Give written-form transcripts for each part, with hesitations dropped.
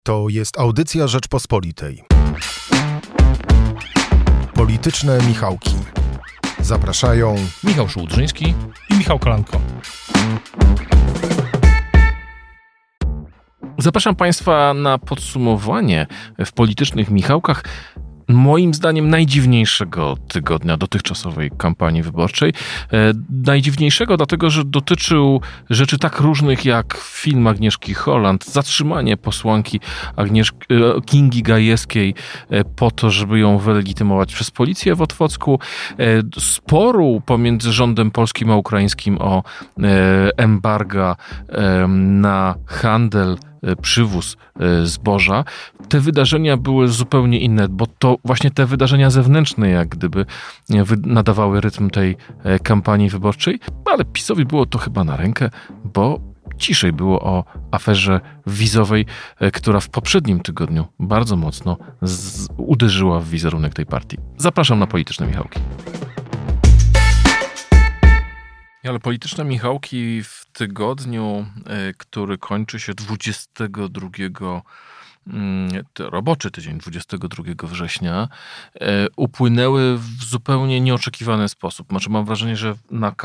To jest audycja Rzeczpospolitej. Polityczne Michałki. Zapraszają Michał Szułdrzyński i Michał Kolanko. Zapraszam Państwa na podsumowanie w Politycznych Michałkach moim zdaniem najdziwniejszego tygodnia dotychczasowej kampanii wyborczej. Najdziwniejszego dlatego, że dotyczył rzeczy tak różnych jak film Agnieszki Holland, zatrzymanie posłanki Kingi Gajewskiej po to, żeby ją wylegitymować przez policję w Otwocku, sporu pomiędzy rządem polskim a ukraińskim o embarga na handel, przywóz zboża. Te wydarzenia były zupełnie inne, bo to właśnie te wydarzenia zewnętrzne jak gdyby nadawały rytm tej kampanii wyborczej, ale PiS-owi było to chyba na rękę, bo ciszej było o aferze wizowej, która w poprzednim tygodniu bardzo mocno uderzyła w wizerunek tej partii. Zapraszam na Polityczne Michałki. Ale Polityczne Michałki w tygodniu, który kończy się 22, roboczy tydzień 22 września, upłynęły w zupełnie nieoczekiwany sposób. Znaczy, mam wrażenie, że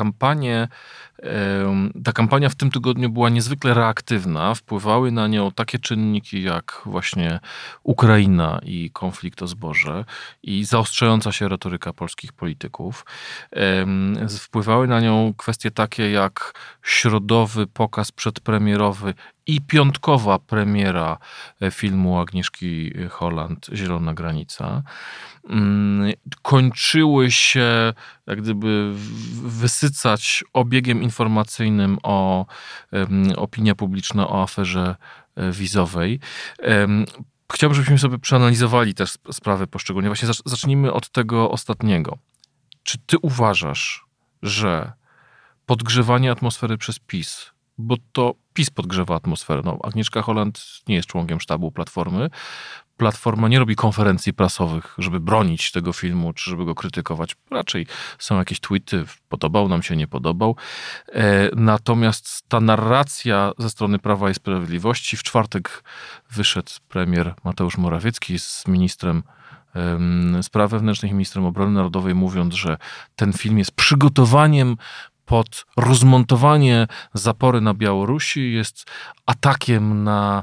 ta kampania w tym tygodniu była niezwykle reaktywna. Wpływały na nią takie czynniki jak właśnie Ukraina i konflikt o zboże i zaostrzająca się retoryka polskich polityków. Wpływały na nią kwestie takie jak środowy pokaz przedpremierowy i piątkowa premiera filmu Agnieszki Holland „Zielona granica”. Kończyły się jak gdyby wysycać obiegiem informacyjnym opinia publiczna o aferze wizowej. Chciałbym, żebyśmy sobie przeanalizowali te sprawy poszczególnie. Właśnie zacznijmy od tego ostatniego. Czy ty uważasz, że podgrzewanie atmosfery przez PiS, bo to PiS podgrzewa atmosferę. Agnieszka Holland nie jest członkiem sztabu Platformy. Platforma nie robi konferencji prasowych, żeby bronić tego filmu, czy żeby go krytykować. Raczej są jakieś tweety, podobał nam się, nie podobał. Natomiast ta narracja ze strony Prawa i Sprawiedliwości, w czwartek wyszedł premier Mateusz Morawiecki z ministrem spraw wewnętrznych i ministrem obrony narodowej, mówiąc, że ten film jest przygotowaniem pod rozmontowanie zapory na Białorusi, jest atakiem na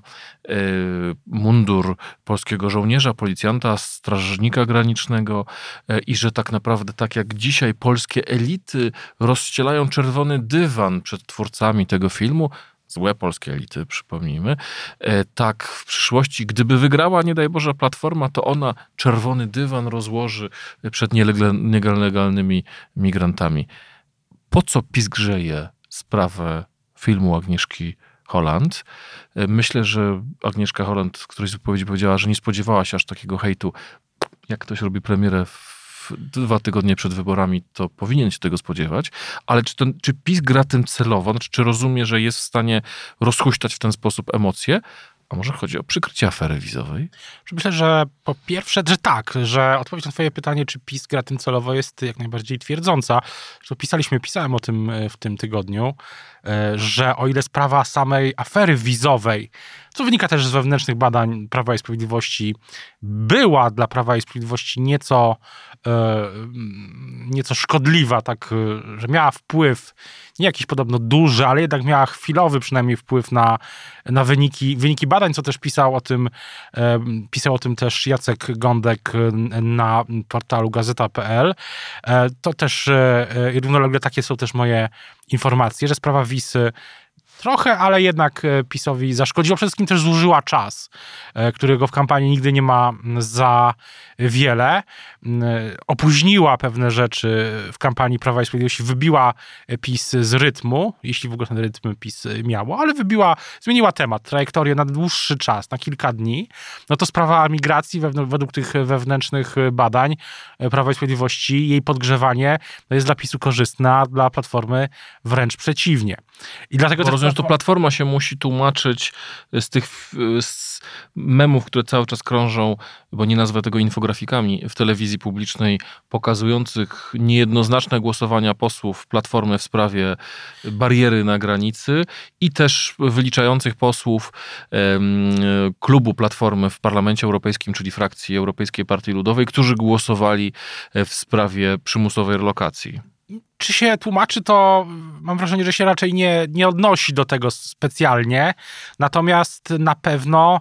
mundur polskiego żołnierza, policjanta, strażnika granicznego i że tak naprawdę tak jak dzisiaj polskie elity rozścielają czerwony dywan przed twórcami tego filmu, złe polskie elity, przypomnijmy, tak w przyszłości, gdyby wygrała, nie daj Boże, Platforma, to ona czerwony dywan rozłoży przed nielegalnymi migrantami. Po co PiS grzeje sprawę filmu Agnieszki Holland? Myślę, że Agnieszka Holland w którejś z wypowiedzi powiedziała, że nie spodziewała się aż takiego hejtu. Jak ktoś robi premierę 2 tygodnie przed wyborami, to powinien się tego spodziewać. Ale czy PiS gra tym celowo? Znaczy, czy rozumie, że jest w stanie rozhuśtać w ten sposób emocje? A może chodzi o przykrycie afery wizowej? Myślę, że po pierwsze, że tak, że odpowiedź na twoje pytanie, czy PiS gra tym celowo, jest jak najbardziej twierdząca. Pisałem o tym w tym tygodniu, że o ile sprawa samej afery wizowej, co wynika też z wewnętrznych badań Prawa i Sprawiedliwości, była dla Prawa i Sprawiedliwości nieco szkodliwa, tak, że miała wpływ, nie jakiś podobno duży, ale jednak miała chwilowy przynajmniej wpływ na wyniki badań, co też pisał o tym też Jacek Gądek na portalu gazeta.pl. To też równolegle takie są też moje informacje, że sprawa Wisy trochę, ale jednak PiS-owi zaszkodziła. Przede wszystkim też zużyła czas, którego w kampanii nigdy nie ma za wiele. Opóźniła pewne rzeczy w kampanii Prawa i Sprawiedliwości, wybiła PiS z rytmu, jeśli w ogóle ten rytm PiS miało, ale zmieniła temat, trajektorię na dłuższy czas, na kilka dni. No to sprawa migracji według tych wewnętrznych badań Prawa i Sprawiedliwości, jej podgrzewanie jest dla PiS-u korzystne, a dla Platformy wręcz przeciwnie. I dlatego rozumiem, że to Platforma się musi tłumaczyć z tych z memów, które cały czas krążą, bo nie nazwę tego infografikami, w telewizji publicznej, pokazujących niejednoznaczne głosowania posłów Platformy w sprawie bariery na granicy i też wyliczających posłów klubu Platformy w Parlamencie Europejskim, czyli frakcji Europejskiej Partii Ludowej, którzy głosowali w sprawie przymusowej relokacji. Czy się tłumaczy, to mam wrażenie, że się raczej nie odnosi do tego specjalnie. Natomiast na pewno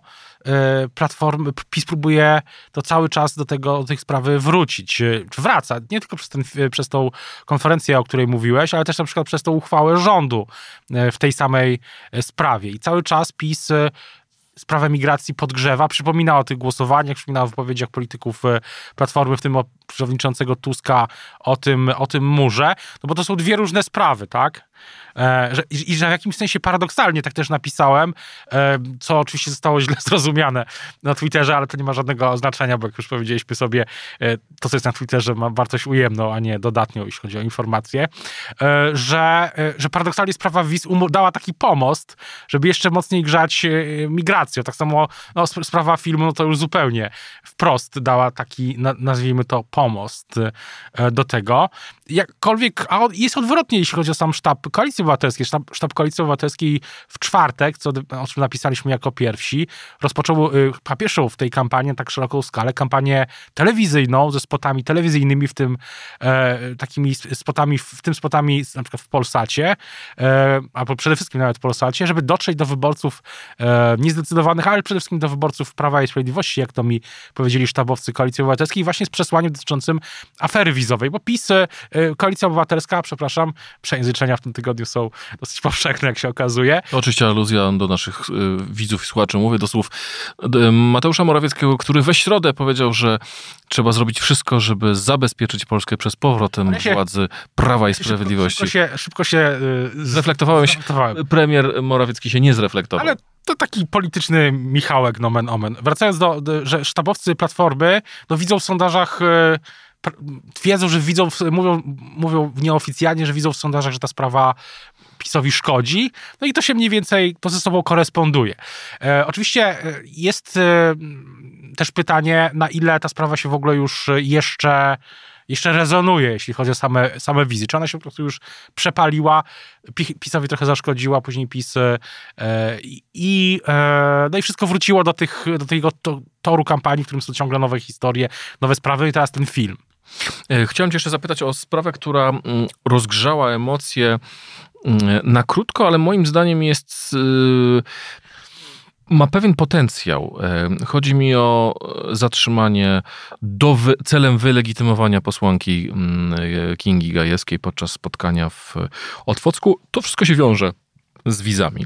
PiS próbuje to cały czas do tej sprawy wrócić. Czy wraca? Nie tylko przez tą konferencję, o której mówiłeś, ale też na przykład przez tą uchwałę rządu w tej samej sprawie. I cały czas PiS sprawę migracji podgrzewa, przypomina o tych głosowaniach, przypomina o wypowiedziach polityków Platformy, w tym przewodniczącego Tuska o tym murze, no bo to są dwie różne sprawy, tak? Że w jakimś sensie paradoksalnie tak też napisałem, co oczywiście zostało źle zrozumiane na Twitterze, ale to nie ma żadnego znaczenia, bo jak już powiedzieliśmy sobie, to co jest na Twitterze ma wartość ujemną, a nie dodatnią, jeśli chodzi o informacje, że paradoksalnie sprawa wiz dała taki pomost, żeby jeszcze mocniej grzać migrację. Tak samo sprawa filmu, no to już zupełnie wprost dała taki, nazwijmy to, pomost do tego. Jakkolwiek, a jest odwrotnie, jeśli chodzi o sam sztab Koalicji Obywatelskiej. Sztab Koalicji Obywatelskiej w czwartek, o czym napisaliśmy jako pierwsi, rozpoczął pierwszą w tej kampanii na tak szeroką skalę kampanię telewizyjną ze spotami telewizyjnymi, w tym takimi spotami, na przykład w Polsacie, albo przede wszystkim nawet w Polsacie, żeby dotrzeć do wyborców niezdecydowanych, ale przede wszystkim do wyborców Prawa i Sprawiedliwości, jak to mi powiedzieli sztabowcy Koalicji Obywatelskiej, właśnie z przesłaniem dotyczącym afery wizowej, bo PiS, Koalicja Obywatelska, przejęzyczenia w tym tygodniu są dosyć powszechne, jak się okazuje. Oczywiście aluzja do naszych widzów i słuchaczy. Mówię do słów Mateusza Morawieckiego, który we środę powiedział, że trzeba zrobić wszystko, żeby zabezpieczyć Polskę przez powrotem władzy Prawa i Sprawiedliwości. Szybko się zreflektowałem. Premier Morawiecki się nie zreflektował. Ale to taki polityczny Michałek, nomen omen. Wracając że sztabowcy Platformy widzą w sondażach, twierdzą, że mówią nieoficjalnie, że widzą w sondażach, że ta sprawa PiS-owi szkodzi. No i to się mniej więcej to ze sobą koresponduje. Oczywiście jest też pytanie, na ile ta sprawa się w ogóle już jeszcze rezonuje, jeśli chodzi o same wizy. Czy ona się po prostu już przepaliła, PiS-owi trochę zaszkodziła, później PiS i wszystko wróciło do tego toru kampanii, w którym są ciągle nowe historie, nowe sprawy i teraz ten film. Chciałem cię jeszcze zapytać o sprawę, która rozgrzała emocje na krótko, ale moim zdaniem ma pewien potencjał. Chodzi mi o zatrzymanie celem wylegitymowania posłanki Kingi Gajewskiej podczas spotkania w Otwocku. To wszystko się wiąże z wizami.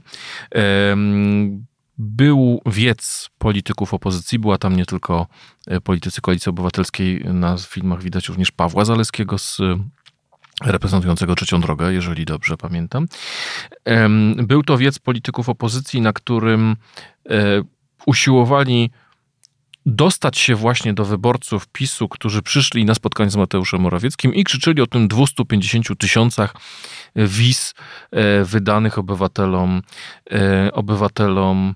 Był wiec polityków opozycji, była tam nie tylko politycy Koalicji Obywatelskiej, na filmach widać również Pawła Zaleskiego reprezentującego Trzecią Drogę, jeżeli dobrze pamiętam. Był to wiec polityków opozycji, na którym usiłowali dostać się właśnie do wyborców PiS-u, którzy przyszli na spotkanie z Mateuszem Morawieckim i krzyczyli o tym 250 000 wiz wydanych obywatelom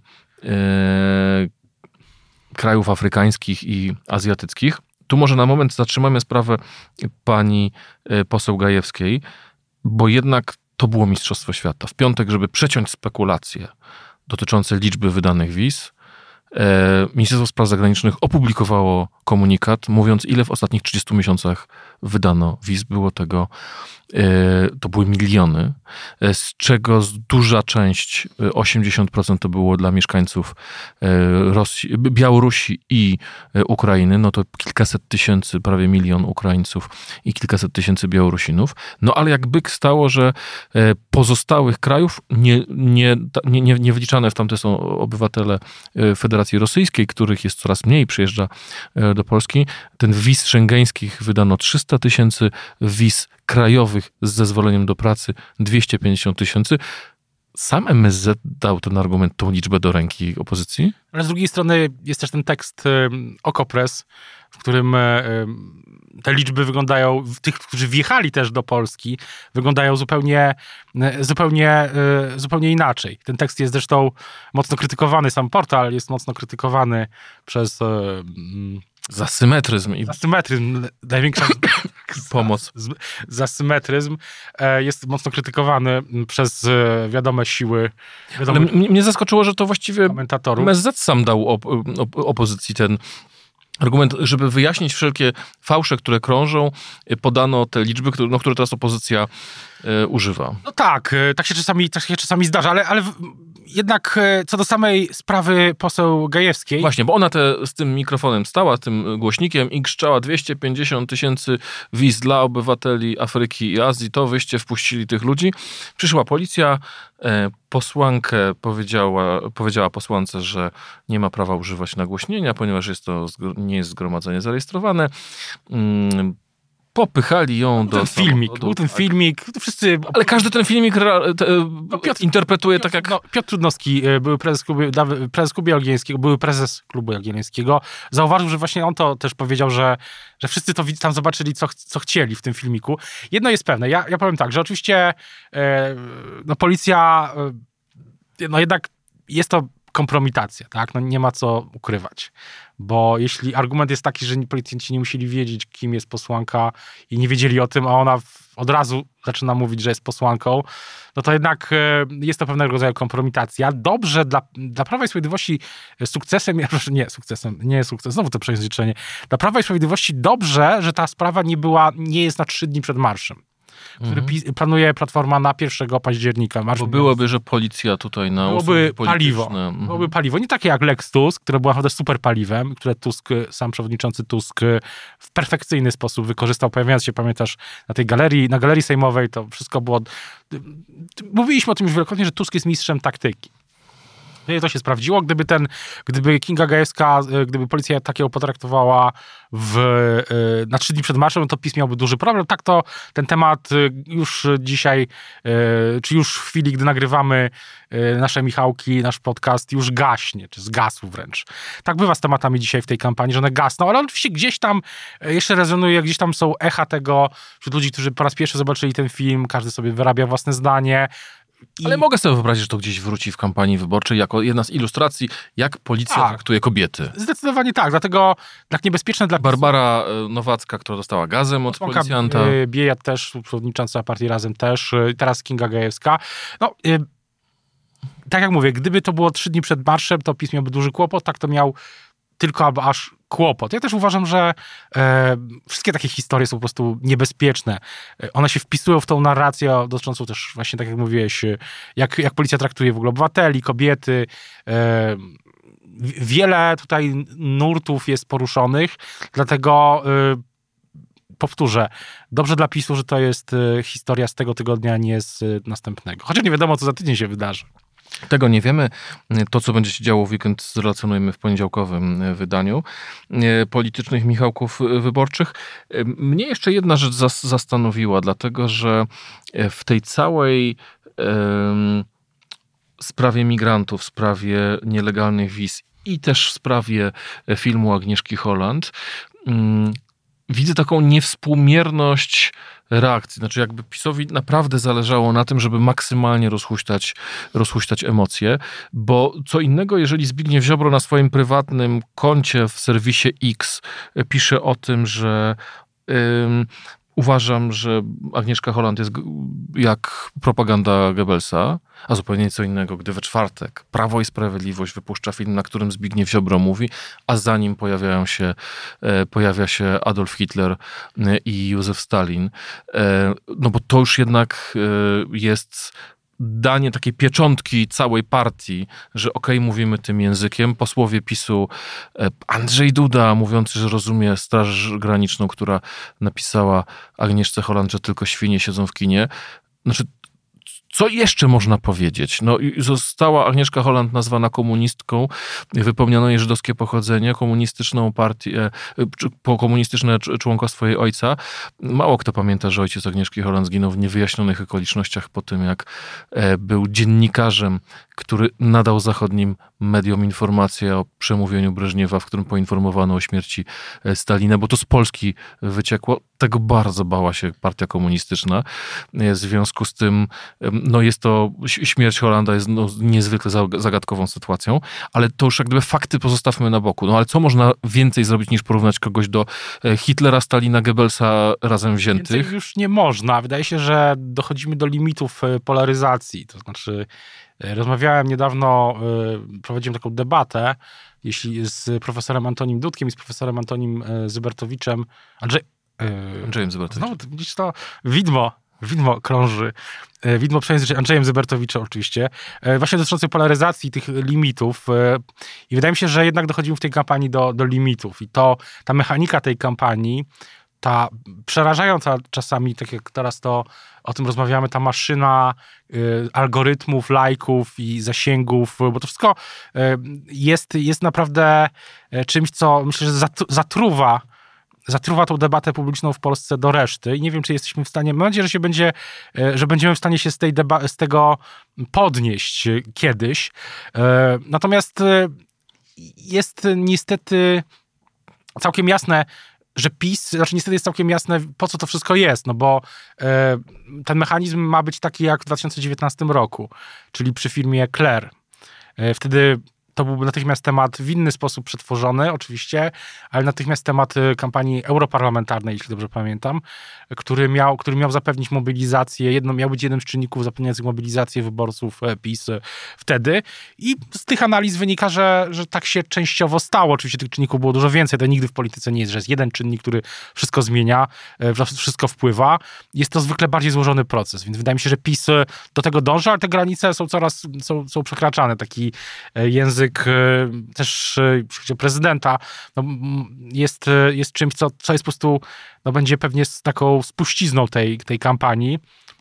krajów afrykańskich i azjatyckich. Tu może na moment zatrzymamy sprawę pani poseł Gajewskiej, bo jednak to było Mistrzostwo Świata. W piątek, żeby przeciąć spekulacje dotyczące liczby wydanych wiz, Ministerstwo Spraw Zagranicznych opublikowało komunikat, mówiąc, ile w ostatnich 30 miesiącach wydano wiz. To były miliony, z czego duża część, 80% to było dla mieszkańców Rosji, Białorusi i Ukrainy. No to kilkaset tysięcy, prawie 1 milion Ukraińców i kilkaset tysięcy Białorusinów. No ale jak byk stało, że pozostałych krajów, nie wliczane w tamte są obywatele Federacji Rosyjskiej, których jest coraz mniej, przyjeżdża do Polski. Ten wiz schengeńskich wydano 300 000, wiz krajowych z zezwoleniem do pracy 250 000. sam MSZ dał ten argument, tą liczbę do ręki opozycji? Ale z drugiej strony jest też ten tekst Okopres, w którym te liczby wyglądają, tych, którzy wjechali też do Polski, wyglądają zupełnie inaczej. Ten tekst jest zresztą mocno krytykowany, sam portal jest mocno krytykowany przez... Za symetryzm. Za symetryzm, największa pomoc. Za symetryzm jest mocno krytykowany przez wiadome siły. Ale mnie zaskoczyło, że to właściwie komentatorów. MSZ sam dał opozycji ten argument, żeby wyjaśnić wszelkie fałsze, które krążą, podano te liczby, które teraz opozycja używa. No tak, tak się czasami zdarza, ale jednak co do samej sprawy poseł Gajewskiej... Właśnie, bo ona z tym mikrofonem stała, tym głośnikiem i krzyczała 250 000 wiz dla obywateli Afryki i Azji, to wyście wpuścili tych ludzi. Przyszła policja, posłankę powiedziała posłance, że nie ma prawa używać nagłośnienia, ponieważ nie jest zgromadzenie zarejestrowane. Popychali ją do filmik. Był ten filmik, to wszyscy... Ale każdy ten filmik Piotr interpretuje tak jak... Piotr Trudnowski, były prezes klubu Jagiellońskiego, zauważył, że właśnie on to też powiedział, że wszyscy to tam zobaczyli, co chcieli w tym filmiku. Jedno jest pewne, ja powiem tak, że oczywiście policja, jednak jest to kompromitacja, tak? Nie ma co ukrywać. Bo jeśli argument jest taki, że policjanci nie musieli wiedzieć, kim jest posłanka i nie wiedzieli o tym, a ona od razu zaczyna mówić, że jest posłanką, no to jednak jest to pewnego rodzaju kompromitacja. Dobrze dla Prawa i Sprawiedliwości znowu to przejęzyczenie. Dla Prawa i Sprawiedliwości dobrze, że ta sprawa nie jest na 3 dni przed marszem, który planuje Platforma na 1 października. Bo byłoby, że policja tutaj na byłoby paliwo. Nie takie jak Lex Tusk, które było naprawdę super paliwem, które sam przewodniczący Tusk w perfekcyjny sposób wykorzystał, pojawiając się, pamiętasz, na galerii sejmowej, to wszystko było... Mówiliśmy o tym już wielokrotnie, że Tusk jest mistrzem taktyki. To się sprawdziło. Gdyby Kinga Gajewska, gdyby policja takiego potraktowała na 3 dni przed marszem, to PiS miałby duży problem. Tak to ten temat już dzisiaj, czy już w chwili, gdy nagrywamy nasze Michałki, nasz podcast, już gaśnie, czy zgasł wręcz. Tak bywa z tematami dzisiaj w tej kampanii, że one gasną, ale oczywiście gdzieś tam jeszcze rezonuje, gdzieś tam są echa tego wśród ludzi, którzy po raz pierwszy zobaczyli ten film, każdy sobie wyrabia własne zdanie. Ale mogę sobie wyobrazić, że to gdzieś wróci w kampanii wyborczej jako jedna z ilustracji, jak policja traktuje kobiety. Zdecydowanie tak, dlatego tak niebezpieczne dla... Barbara Nowacka, która dostała gazem od policjanta. Biejat też, przewodnicząca partii Razem też, teraz Kinga Gajewska. No, tak jak mówię, gdyby to było 3 dni przed marszem, to PiS miałby duży kłopot, tak to miał tylko aż kłopot. Ja też uważam, że wszystkie takie historie są po prostu niebezpieczne. One się wpisują w tą narrację dotyczącą też właśnie, tak jak mówiłeś, jak policja traktuje w ogóle obywateli, kobiety. Wiele tutaj nurtów jest poruszonych, dlatego powtórzę, dobrze dla PiS-u, że to jest historia z tego tygodnia, nie z następnego. Chociaż nie wiadomo, co za tydzień się wydarzy. Tego nie wiemy. To, co będzie się działo w weekend, zrelacjonujemy w poniedziałkowym wydaniu politycznych Michałków wyborczych. Mnie jeszcze jedna rzecz zastanowiła, dlatego że w tej całej sprawie migrantów, w sprawie nielegalnych wiz i też w sprawie filmu Agnieszki Holland widzę taką niewspółmierność reakcji. Znaczy jakby PiS-owi naprawdę zależało na tym, żeby maksymalnie rozhuśtać emocje, bo co innego, jeżeli Zbigniew Ziobro na swoim prywatnym koncie w serwisie X pisze o tym, że uważam, że Agnieszka Holland jest jak propaganda Goebbelsa, a zupełnie co innego, gdy we czwartek Prawo i Sprawiedliwość wypuszcza film, na którym Zbigniew Ziobro mówi, a za nim pojawia się Adolf Hitler i Józef Stalin. No bo to już jednak jest danie takiej pieczątki całej partii, że mówimy tym językiem. Posłowie PiS-u, Andrzej Duda, mówiący, że rozumie Straż Graniczną, która napisała Agnieszce Holland, że tylko świnie siedzą w kinie. Znaczy, Co jeszcze można powiedzieć? No, została Agnieszka Holland nazwana komunistką, wypełniono jej żydowskie pochodzenie, komunistyczną partię, komunistyczne członkostwo jej ojca. Mało kto pamięta, że ojciec Agnieszki Holland zginął w niewyjaśnionych okolicznościach po tym, jak był dziennikarzem, który nadał zachodnim mediom informację o przemówieniu Breżniewa, w którym poinformowano o śmierci Stalina, bo to z Polski wyciekło. Tego bardzo bała się partia komunistyczna. W związku z tym jest to, śmierć Hollanda jest niezwykle zagadkową sytuacją, ale to już jak gdyby fakty pozostawmy na boku. Ale co można więcej zrobić niż porównać kogoś do Hitlera, Stalina, Goebbelsa razem wziętych? Więcej już nie można. Wydaje się, że dochodzimy do limitów polaryzacji. To znaczy, rozmawiałem niedawno, prowadziłem taką debatę, z profesorem Antonim Dudkiem i z profesorem Antonim Zybertowiczem. Andrzejem Zybertowiczem. Znowu, widzisz to? Widmo krąży. Widmo przejęzyczy Andrzejem Zybertowiczem oczywiście. Właśnie dotyczące polaryzacji tych limitów. I wydaje mi się, że jednak dochodzimy w tej kampanii do limitów. I ta mechanika tej kampanii, ta przerażająca czasami, tak jak teraz to o tym rozmawiamy, ta maszyna algorytmów, lajków i zasięgów, bo to wszystko jest naprawdę czymś, co myślę, że zatruwa tą debatę publiczną w Polsce do reszty i nie wiem, czy jesteśmy w stanie, mam nadzieję, że będziemy w stanie się z tego podnieść kiedyś. Natomiast jest niestety całkiem jasne, że niestety jest całkiem jasne, po co to wszystko jest, no bo ten mechanizm ma być taki jak w 2019 roku, czyli przy firmie Clear. Wtedy to był natychmiast temat w inny sposób przetworzony, oczywiście, ale natychmiast temat kampanii europarlamentarnej, jeśli dobrze pamiętam, który miał zapewnić mobilizację, miał być jednym z czynników zapewniających mobilizację wyborców PiS wtedy. I z tych analiz wynika, że tak się częściowo stało. Oczywiście tych czynników było dużo więcej. To nigdy w polityce nie jest, że jest jeden czynnik, który wszystko zmienia, wszystko wpływa. Jest to zwykle bardziej złożony proces, więc wydaje mi się, że PiS do tego dąży, ale te granice są przekraczane. Taki język też prezydenta jest czymś, co jest po prostu, będzie pewnie z taką spuścizną tej kampanii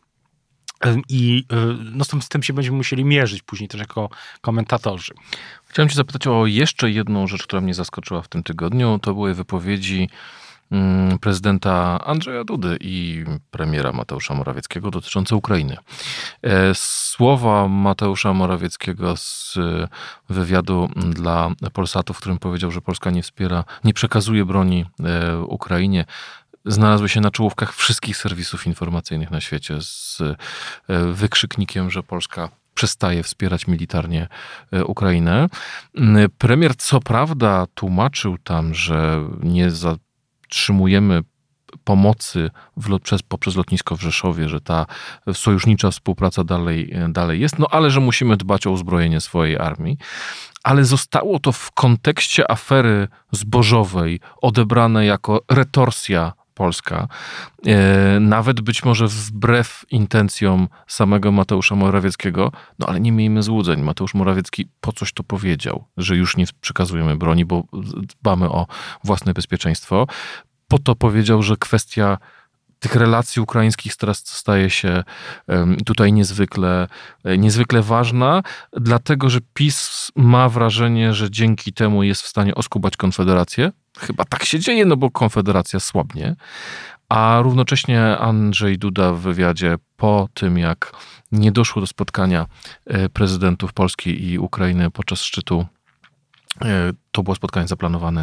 i z tym się będziemy musieli mierzyć później też jako komentatorzy. Chciałem cię zapytać o jeszcze jedną rzecz, która mnie zaskoczyła w tym tygodniu. To były wypowiedzi prezydenta Andrzeja Dudy i premiera Mateusza Morawieckiego dotyczące Ukrainy. Słowa Mateusza Morawieckiego z wywiadu dla Polsatu, w którym powiedział, że Polska nie przekazuje broni Ukrainie, znalazły się na czołówkach wszystkich serwisów informacyjnych na świecie z wykrzyknikiem, że Polska przestaje wspierać militarnie Ukrainę. Premier co prawda tłumaczył tam, że nie zatrzymujemy pomocy poprzez lotnisko w Rzeszowie, że ta sojusznicza współpraca dalej jest, ale że musimy dbać o uzbrojenie swojej armii. Ale zostało to w kontekście afery zbożowej odebrane jako retorsja polska, nawet być może wbrew intencjom samego Mateusza Morawieckiego, ale nie miejmy złudzeń. Mateusz Morawiecki po coś to powiedział, że już nie przekazujemy broni, bo dbamy o własne bezpieczeństwo. Po to powiedział, że kwestia tych relacji ukraińskich teraz staje się tutaj niezwykle ważna, dlatego że PiS ma wrażenie, że dzięki temu jest w stanie oskubać Konfederację. Chyba tak się dzieje, bo Konfederacja słabnie. A równocześnie Andrzej Duda w wywiadzie po tym, jak nie doszło do spotkania prezydentów Polski i Ukrainy podczas szczytu, to było spotkanie zaplanowane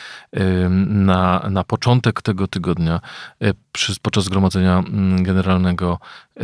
na początek tego tygodnia podczas Zgromadzenia Generalnego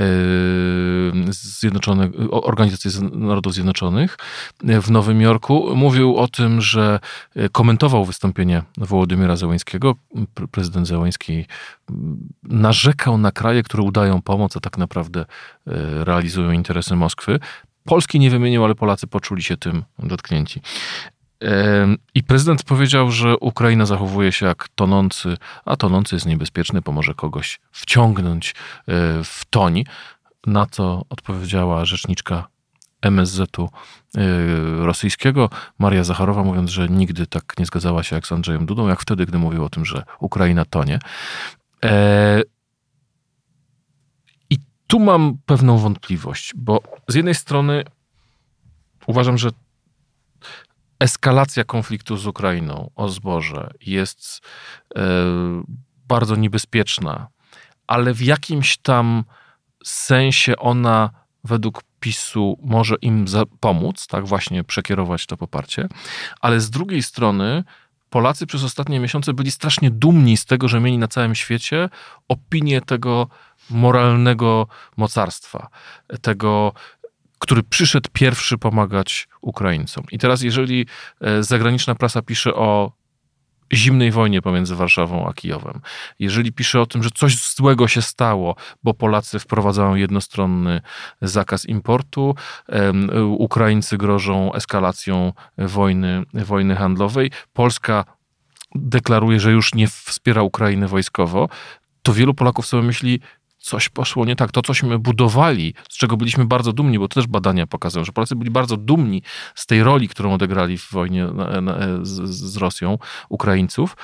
Organizacji Narodów Zjednoczonych w Nowym Jorku. Mówił o tym, że komentował wystąpienie Wołodymyra Zełenskiego. Prezydent Zełenski narzekał na kraje, które udają pomoc, a tak naprawdę realizują interesy Moskwy. Polski nie wymienił, ale Polacy poczuli się tym dotknięci. I prezydent powiedział, że Ukraina zachowuje się jak tonący, a tonący jest niebezpieczny, pomoże kogoś wciągnąć w toń. Na co odpowiedziała rzeczniczka MSZ-u rosyjskiego, Maria Zacharowa, mówiąc, że nigdy tak nie zgadzała się jak z Andrzejem Dudą, jak wtedy, gdy mówił o tym, że Ukraina tonie. I tu mam pewną wątpliwość, bo z jednej strony uważam, że eskalacja konfliktu z Ukrainą o zboże jest bardzo niebezpieczna, ale w jakimś tam sensie ona według PiS-u może im pomóc, tak właśnie przekierować to poparcie, ale z drugiej strony Polacy przez ostatnie miesiące byli strasznie dumni z tego, że mieli na całym świecie opinię tego moralnego mocarstwa, tego, który przyszedł pierwszy pomagać Ukraińcom. I teraz jeżeli zagraniczna prasa pisze o zimnej wojnie pomiędzy Warszawą a Kijowem, jeżeli pisze o tym, że coś złego się stało, bo Polacy wprowadzają jednostronny zakaz importu, Ukraińcy grożą eskalacją wojny handlowej, Polska deklaruje, że już nie wspiera Ukrainy wojskowo, to wielu Polaków sobie myśli, coś poszło nie tak. To, cośmy budowali, z czego byliśmy bardzo dumni, bo to też badania pokazują, że Polacy byli bardzo dumni z tej roli, którą odegrali w wojnie z Rosją, Ukraińców,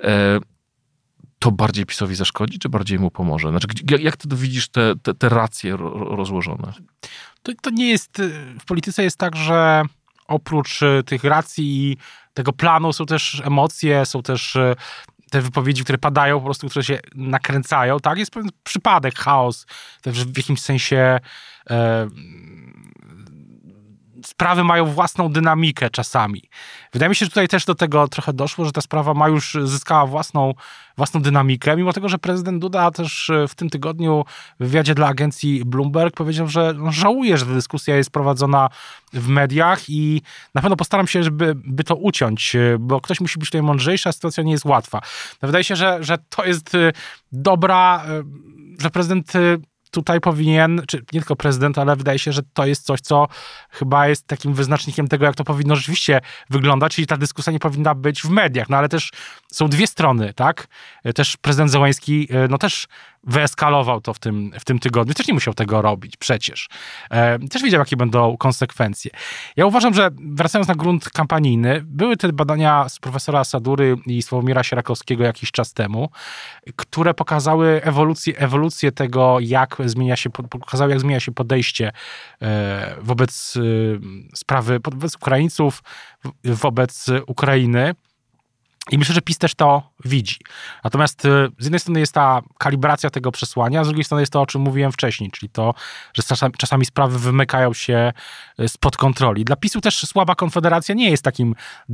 to bardziej PiS-owi zaszkodzi, czy bardziej mu pomoże? Znaczy, jak ty widzisz te racje rozłożone? To nie jest... W polityce jest tak, że oprócz tych racji i tego planu są też emocje, są też te wypowiedzi, które padają, po prostu, które się nakręcają, tak? Jest pewien przypadek, chaos, w jakimś sensie sprawy mają własną dynamikę czasami. Wydaje mi się, że tutaj też do tego trochę doszło, że ta sprawa zyskała własną dynamikę, mimo tego, że prezydent Duda też w tym tygodniu w wywiadzie dla agencji Bloomberg powiedział, że żałuje, że ta dyskusja jest prowadzona w mediach i na pewno postaram się, żeby to uciąć, bo ktoś musi być tutaj mądrzejszy, a sytuacja nie jest łatwa. Wydaje się, że to jest że prezydent tutaj powinien, czy nie tylko prezydent, ale wydaje się, że to jest coś, co chyba jest takim wyznacznikiem tego, jak to powinno rzeczywiście wyglądać, czyli ta dyskusja nie powinna być w mediach, no ale też są dwie strony, tak? Też prezydent Zełenski, no też wyeskalował to w tym tygodniu, też nie musiał tego robić przecież. Też wiedział, jakie będą konsekwencje. Ja uważam, że wracając na grunt kampanijny, były te badania z profesora Sadury i Sławomira Sierakowskiego jakiś czas temu, które pokazały ewolucję tego, jak zmienia się podejście wobec sprawy, wobec Ukraińców, wobec Ukrainy. I myślę, że PiS też to widzi. Natomiast z jednej strony jest ta kalibracja tego przesłania, a z drugiej strony jest to, o czym mówiłem wcześniej, czyli to, że czasami sprawy wymykają się spod kontroli. Dla PiS-u też słaba Konfederacja nie jest takim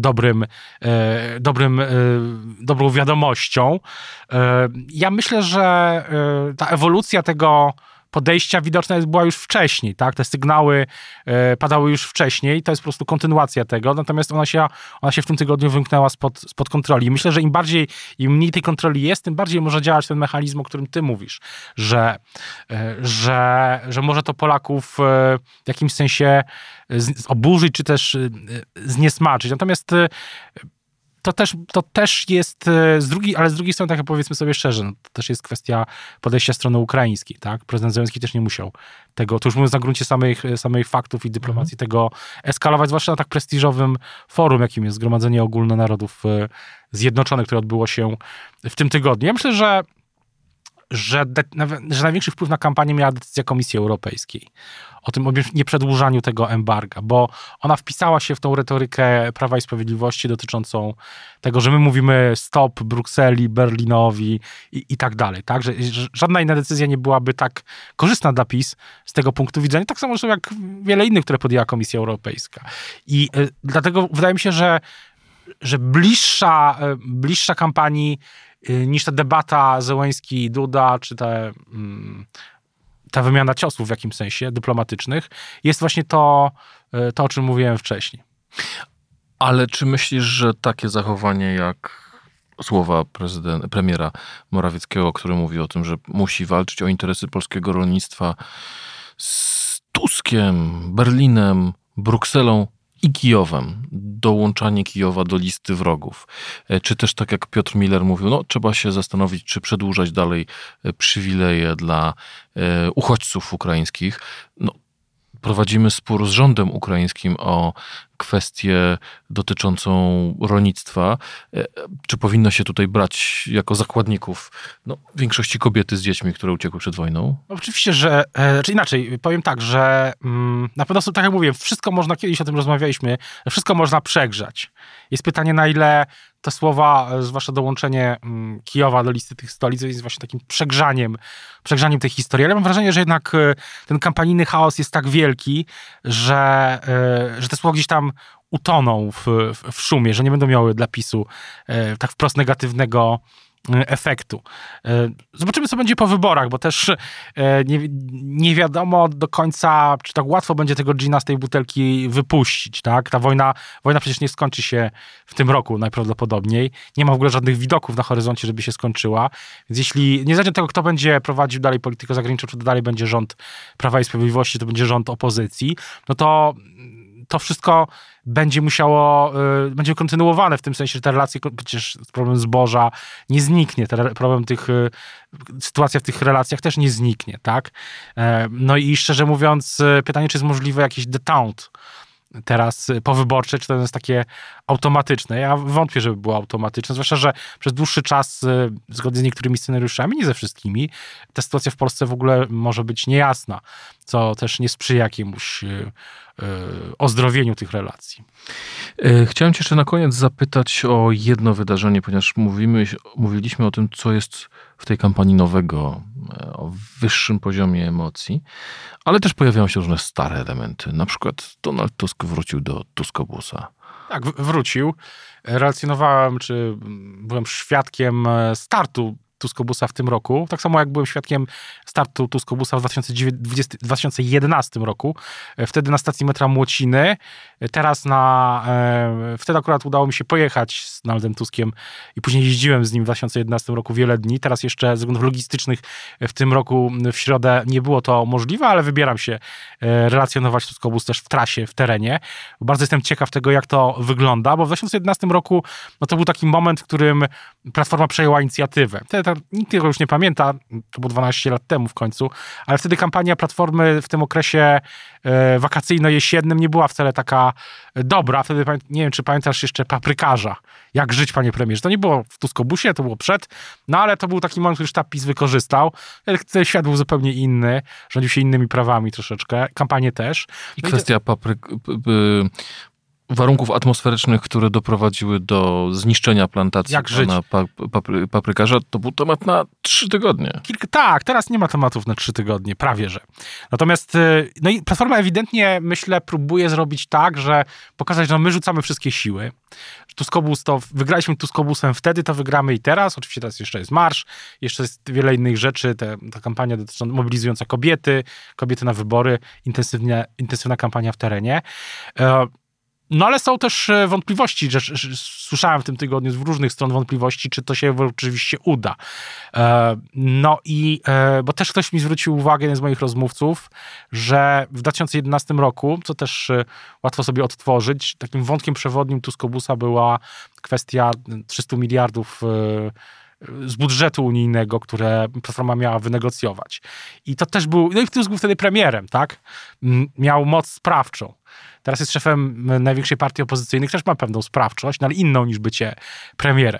dobrą wiadomością. Ja myślę, że ta ewolucja tego podejścia widoczna była już wcześniej, tak? Te sygnały padały już wcześniej, to jest po prostu kontynuacja tego, natomiast ona się w tym tygodniu wymknęła spod kontroli. I myślę, że im mniej tej kontroli jest, tym bardziej może działać ten mechanizm, o którym ty mówisz, że może to Polaków w jakimś sensie oburzyć, czy też zniesmaczyć. Natomiast to też jest ale z drugiej strony, tak jak powiedzmy sobie szczerze, no, to też jest kwestia podejścia strony ukraińskiej, tak? Prezydent Zełenski też nie musiał tego, to już mówiąc na gruncie samych faktów i dyplomacji, tego eskalować, zwłaszcza na tak prestiżowym forum, jakim jest Zgromadzenie Ogólne Narodów Zjednoczonych, które odbyło się w tym tygodniu. Ja myślę, że największy wpływ na kampanię miała decyzja Komisji Europejskiej o tym nieprzedłużaniu tego embarga, bo ona wpisała się w tą retorykę Prawa i Sprawiedliwości dotyczącą tego, że my mówimy stop Brukseli, Berlinowi i tak dalej, tak? Że żadna inna decyzja nie byłaby tak korzystna dla PiS z tego punktu widzenia, tak samo zresztą jak wiele innych, które podjęła Komisja Europejska. I dlatego wydaje mi się, że bliższa kampanii niż ta debata Zełenski-Duda, czy ta wymiana ciosów w jakimś sensie dyplomatycznych, jest właśnie to, o czym mówiłem wcześniej. Ale czy myślisz, że takie zachowanie jak słowa premiera Morawieckiego, który mówi o tym, że musi walczyć o interesy polskiego rolnictwa z Tuskiem, Berlinem, Brukselą i Kijowem, dołączanie Kijowa do listy wrogów. Czy też tak jak Piotr Miller mówił, no trzeba się zastanowić, czy przedłużać dalej przywileje dla uchodźców ukraińskich. No, prowadzimy spór z rządem ukraińskim o kwestię dotyczącą rolnictwa. Czy powinno się tutaj brać jako zakładników w większości kobiety z dziećmi, które uciekły przed wojną? Oczywiście, że, czy inaczej, powiem tak, że na pewno, tak jak mówię, wszystko można, kiedyś o tym rozmawialiśmy, wszystko można przegrzać. Jest pytanie, na ile te słowa, zwłaszcza dołączenie Kijowa do listy tych stolic, jest właśnie takim przegrzaniem tej historii. Ale mam wrażenie, że jednak ten kampanijny chaos jest tak wielki, że te słowa gdzieś tam utoną w szumie, że nie będą miały dla PiS-u tak wprost negatywnego efektu. Zobaczymy, co będzie po wyborach, bo też nie wiadomo do końca, czy tak łatwo będzie tego dżina z tej butelki wypuścić, tak? Ta wojna przecież nie skończy się w tym roku najprawdopodobniej. Nie ma w ogóle żadnych widoków na horyzoncie, żeby się skończyła. Więc jeśli, niezależnie od tego, kto będzie prowadził dalej politykę zagraniczną, czy to dalej będzie rząd Prawa i Sprawiedliwości, to będzie rząd opozycji, no to wszystko będzie będzie kontynuowane w tym sensie, że te relacje, przecież problem zboża nie zniknie, problem sytuacja w tych relacjach też nie zniknie, tak? No i szczerze mówiąc, pytanie, czy jest możliwe jakieś détente teraz powyborcze, czy to jest takie automatyczne. Ja wątpię, żeby było automatyczne, zwłaszcza, że przez dłuższy czas, zgodnie z niektórymi scenariuszami, nie ze wszystkimi, ta sytuacja w Polsce w ogóle może być niejasna, co też nie sprzyja jakiemuś ozdrowieniu tych relacji. Chciałem cię jeszcze na koniec zapytać o jedno wydarzenie, ponieważ mówiliśmy o tym, co jest w tej kampanii nowego, o wyższym poziomie emocji, ale też pojawiają się różne stare elementy. Na przykład Donald Tusk wrócił do Tuskobusa. Tak, wrócił. Relacjonowałem, czy byłem świadkiem startu Tuskobusa w tym roku. Tak samo jak byłem świadkiem startu Tuskobusa w 2011 roku. Wtedy na stacji metra Młociny. Wtedy akurat udało mi się pojechać z Donaldem Tuskiem i później jeździłem z nim w 2011 roku wiele dni. Teraz jeszcze ze względów logistycznych w tym roku w środę nie było to możliwe, ale wybieram się relacjonować Tuskobus też w trasie, w terenie. Bardzo jestem ciekaw tego, jak to wygląda, bo w 2011 roku to był taki moment, w którym Platforma przejęła inicjatywę. Wtedy nikt tego już nie pamięta, to było 12 lat temu w końcu, ale wtedy kampania Platformy w tym okresie wakacyjno-jesiennym nie była wcale taka dobra. Wtedy, nie wiem, czy pamiętasz jeszcze Paprykarza. Jak żyć, panie premierze? To nie było w Tuskobusie, to było przed, ale to był taki moment, który sztab PiS wykorzystał. Ten świat był zupełnie inny, rządził się innymi prawami troszeczkę, kampanię też. I kwestia warunków atmosferycznych, które doprowadziły do zniszczenia plantacji pana Paprykarza, to był temat na 3 tygodnie. Tak, teraz nie ma tematów na 3 tygodnie, prawie że. Natomiast i Platforma ewidentnie, myślę, próbuje zrobić tak, że pokazać, że my rzucamy wszystkie siły. Tuskobus wygraliśmy Tuskobusem wtedy, to wygramy i teraz. Oczywiście teraz jeszcze jest marsz, jeszcze jest wiele innych rzeczy, ta kampania mobilizująca kobiety na wybory, intensywna kampania w terenie. No ale są też wątpliwości, że słyszałem w tym tygodniu z różnych stron wątpliwości, czy to się oczywiście uda. Bo też ktoś mi zwrócił uwagę, jeden z moich rozmówców, że w 2011 roku, co też łatwo sobie odtworzyć, takim wątkiem przewodnim Tuskobusa była kwestia 300 miliardów z budżetu unijnego, które Platforma miała wynegocjować. I to też był, i Tusk był wtedy premierem, tak? Miał moc sprawczą. Teraz jest szefem największej partii opozycyjnej, też ma pewną sprawczość, ale inną niż bycie premierem.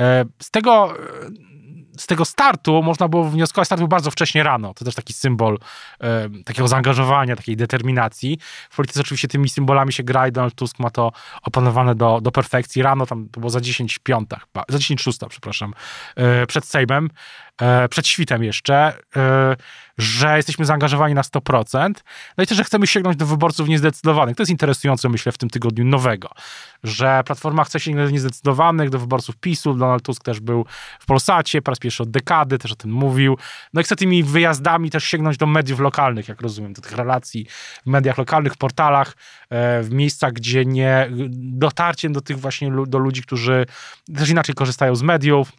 Z tego startu można było wnioskować, start był bardzo wcześnie rano. To też taki symbol takiego zaangażowania, takiej determinacji. W polityce oczywiście tymi symbolami się gra i Donald Tusk ma to opanowane do perfekcji. Rano tam to było za 10:06, przepraszam, przed Sejmem, przed świtem jeszcze, że jesteśmy zaangażowani na 100%. No i też, że chcemy sięgnąć do wyborców niezdecydowanych. To jest interesujące, myślę, w tym tygodniu nowego, że Platforma chce sięgnąć do niezdecydowanych, do wyborców PiS-u. Donald Tusk też był w Polsacie, po raz pierwszy od dekady, też o tym mówił. No i chce tymi wyjazdami też sięgnąć do mediów lokalnych, jak rozumiem, do tych relacji w mediach lokalnych, w portalach, w miejscach, gdzie nie dotarciem do tych właśnie, do ludzi, którzy też inaczej korzystają z mediów,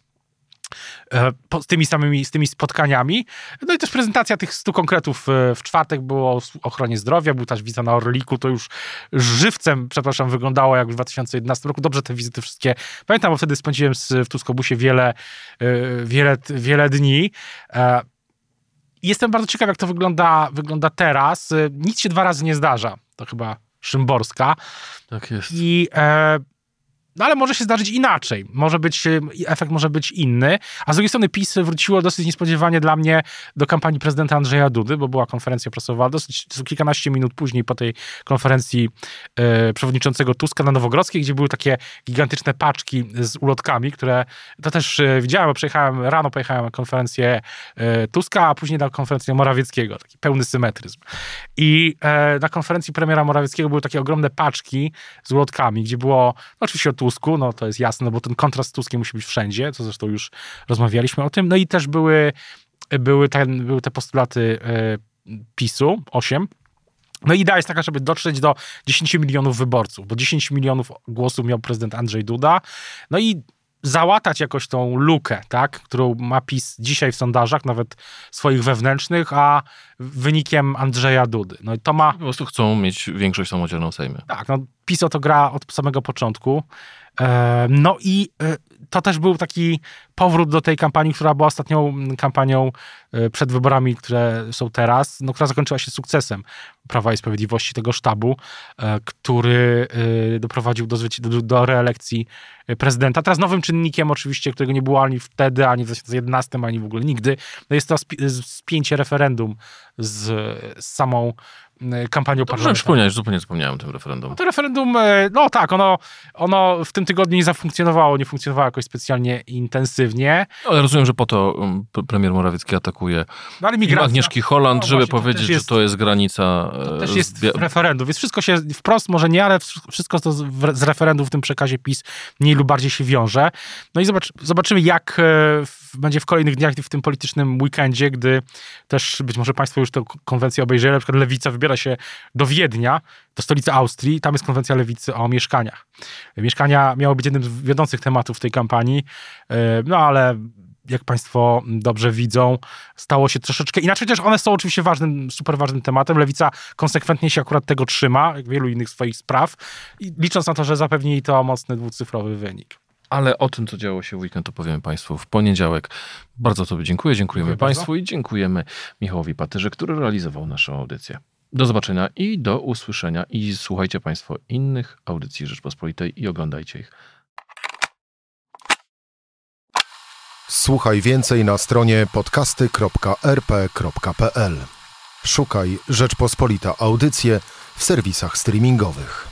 z tymi spotkaniami. No i też prezentacja tych 100 konkretów w czwartek było o ochronie zdrowia, był też wizyta na Orliku, to już żywcem, wyglądało jak w 2011 roku. Dobrze te wizyty wszystkie pamiętam, bo wtedy spędziłem w Tuskobusie wiele dni. Jestem bardzo ciekaw, jak to wygląda teraz. Nic się 2 razy nie zdarza. To chyba Szymborska. Tak jest. No ale może się zdarzyć inaczej. Efekt może być inny. A z drugiej strony PiS wróciło dosyć niespodziewanie dla mnie do kampanii prezydenta Andrzeja Dudy, bo była konferencja prasowa dosyć kilkanaście minut później po tej konferencji przewodniczącego Tuska na Nowogrodzkiej, gdzie były takie gigantyczne paczki z ulotkami, które to też widziałem, bo rano pojechałem na konferencję Tuska, a później na konferencję Morawieckiego. Taki pełny symetryzm. I na konferencji premiera Morawieckiego były takie ogromne paczki z ulotkami, gdzie było oczywiście o Tusku, no to jest jasne, bo ten kontrast z Tuskiem musi być wszędzie, co zresztą już rozmawialiśmy o tym. No i też były te postulaty PiS-u, 8. No i idea jest taka, żeby dotrzeć do 10 milionów wyborców, bo 10 milionów głosów miał prezydent Andrzej Duda. No i załatać jakoś tą lukę, tak, którą ma PiS dzisiaj w sondażach, nawet swoich wewnętrznych, a wynikiem Andrzeja Dudy. No i to ma... Po prostu chcą mieć większość samodzielną w Sejmie. Tak, no PiS o to gra od samego początku. No i to też był taki powrót do tej kampanii, która była ostatnią kampanią przed wyborami, które są teraz, no, która zakończyła się sukcesem Prawa i Sprawiedliwości, tego sztabu, który doprowadził do reelekcji prezydenta. Teraz nowym czynnikiem oczywiście, którego nie było ani wtedy, ani w 2011, ani w ogóle nigdy, no jest to spięcie referendum z samą kampanią parlamentarną. Przypomniałeś, zupełnie zapomniałem o tym referendum. To referendum, no tak, ono w tym tygodniu nie zafunkcjonowało, nie funkcjonowało jakoś specjalnie intensywnie. Ale rozumiem, że po to premier Morawiecki atakuje Agnieszki Holland, żeby powiedzieć, że to jest granica... To też jest w referendum, więc wszystko się wprost, może nie, ale wszystko to z referendum w tym przekazie PiS mniej lub bardziej się wiąże. No i zobaczymy, jak będzie w kolejnych dniach, w tym politycznym weekendzie, gdy też być może Państwo już tę konwencję obejrzeli, na przykład Lewica wybiera się do Wiednia, do stolicy Austrii, tam jest konwencja Lewicy o mieszkaniach. Mieszkania miało być jednym z wiodących tematów tej kampanii, no ale jak Państwo dobrze widzą, stało się troszeczkę inaczej, chociaż one są oczywiście super ważnym tematem. Lewica konsekwentnie się akurat tego trzyma, jak wielu innych swoich spraw, licząc na to, że zapewni jej to mocny dwucyfrowy wynik. Ale o tym, co działo się w weekend, opowiemy Państwu w poniedziałek. Bardzo Tobie dziękuję. Dziękujemy Państwu i dziękujemy Michałowi Patyrze, który realizował naszą audycję. Do zobaczenia i do usłyszenia. I słuchajcie Państwo innych audycji Rzeczpospolitej i oglądajcie ich. Słuchaj więcej na stronie podcasty.rp.pl. Szukaj Rzeczpospolita Audycje w serwisach streamingowych.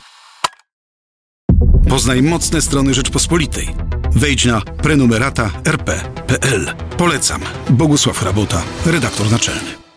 Poznaj mocne strony Rzeczpospolitej. Wejdź na prenumerata.rp.pl. Polecam. Bogusław Rabota, redaktor naczelny.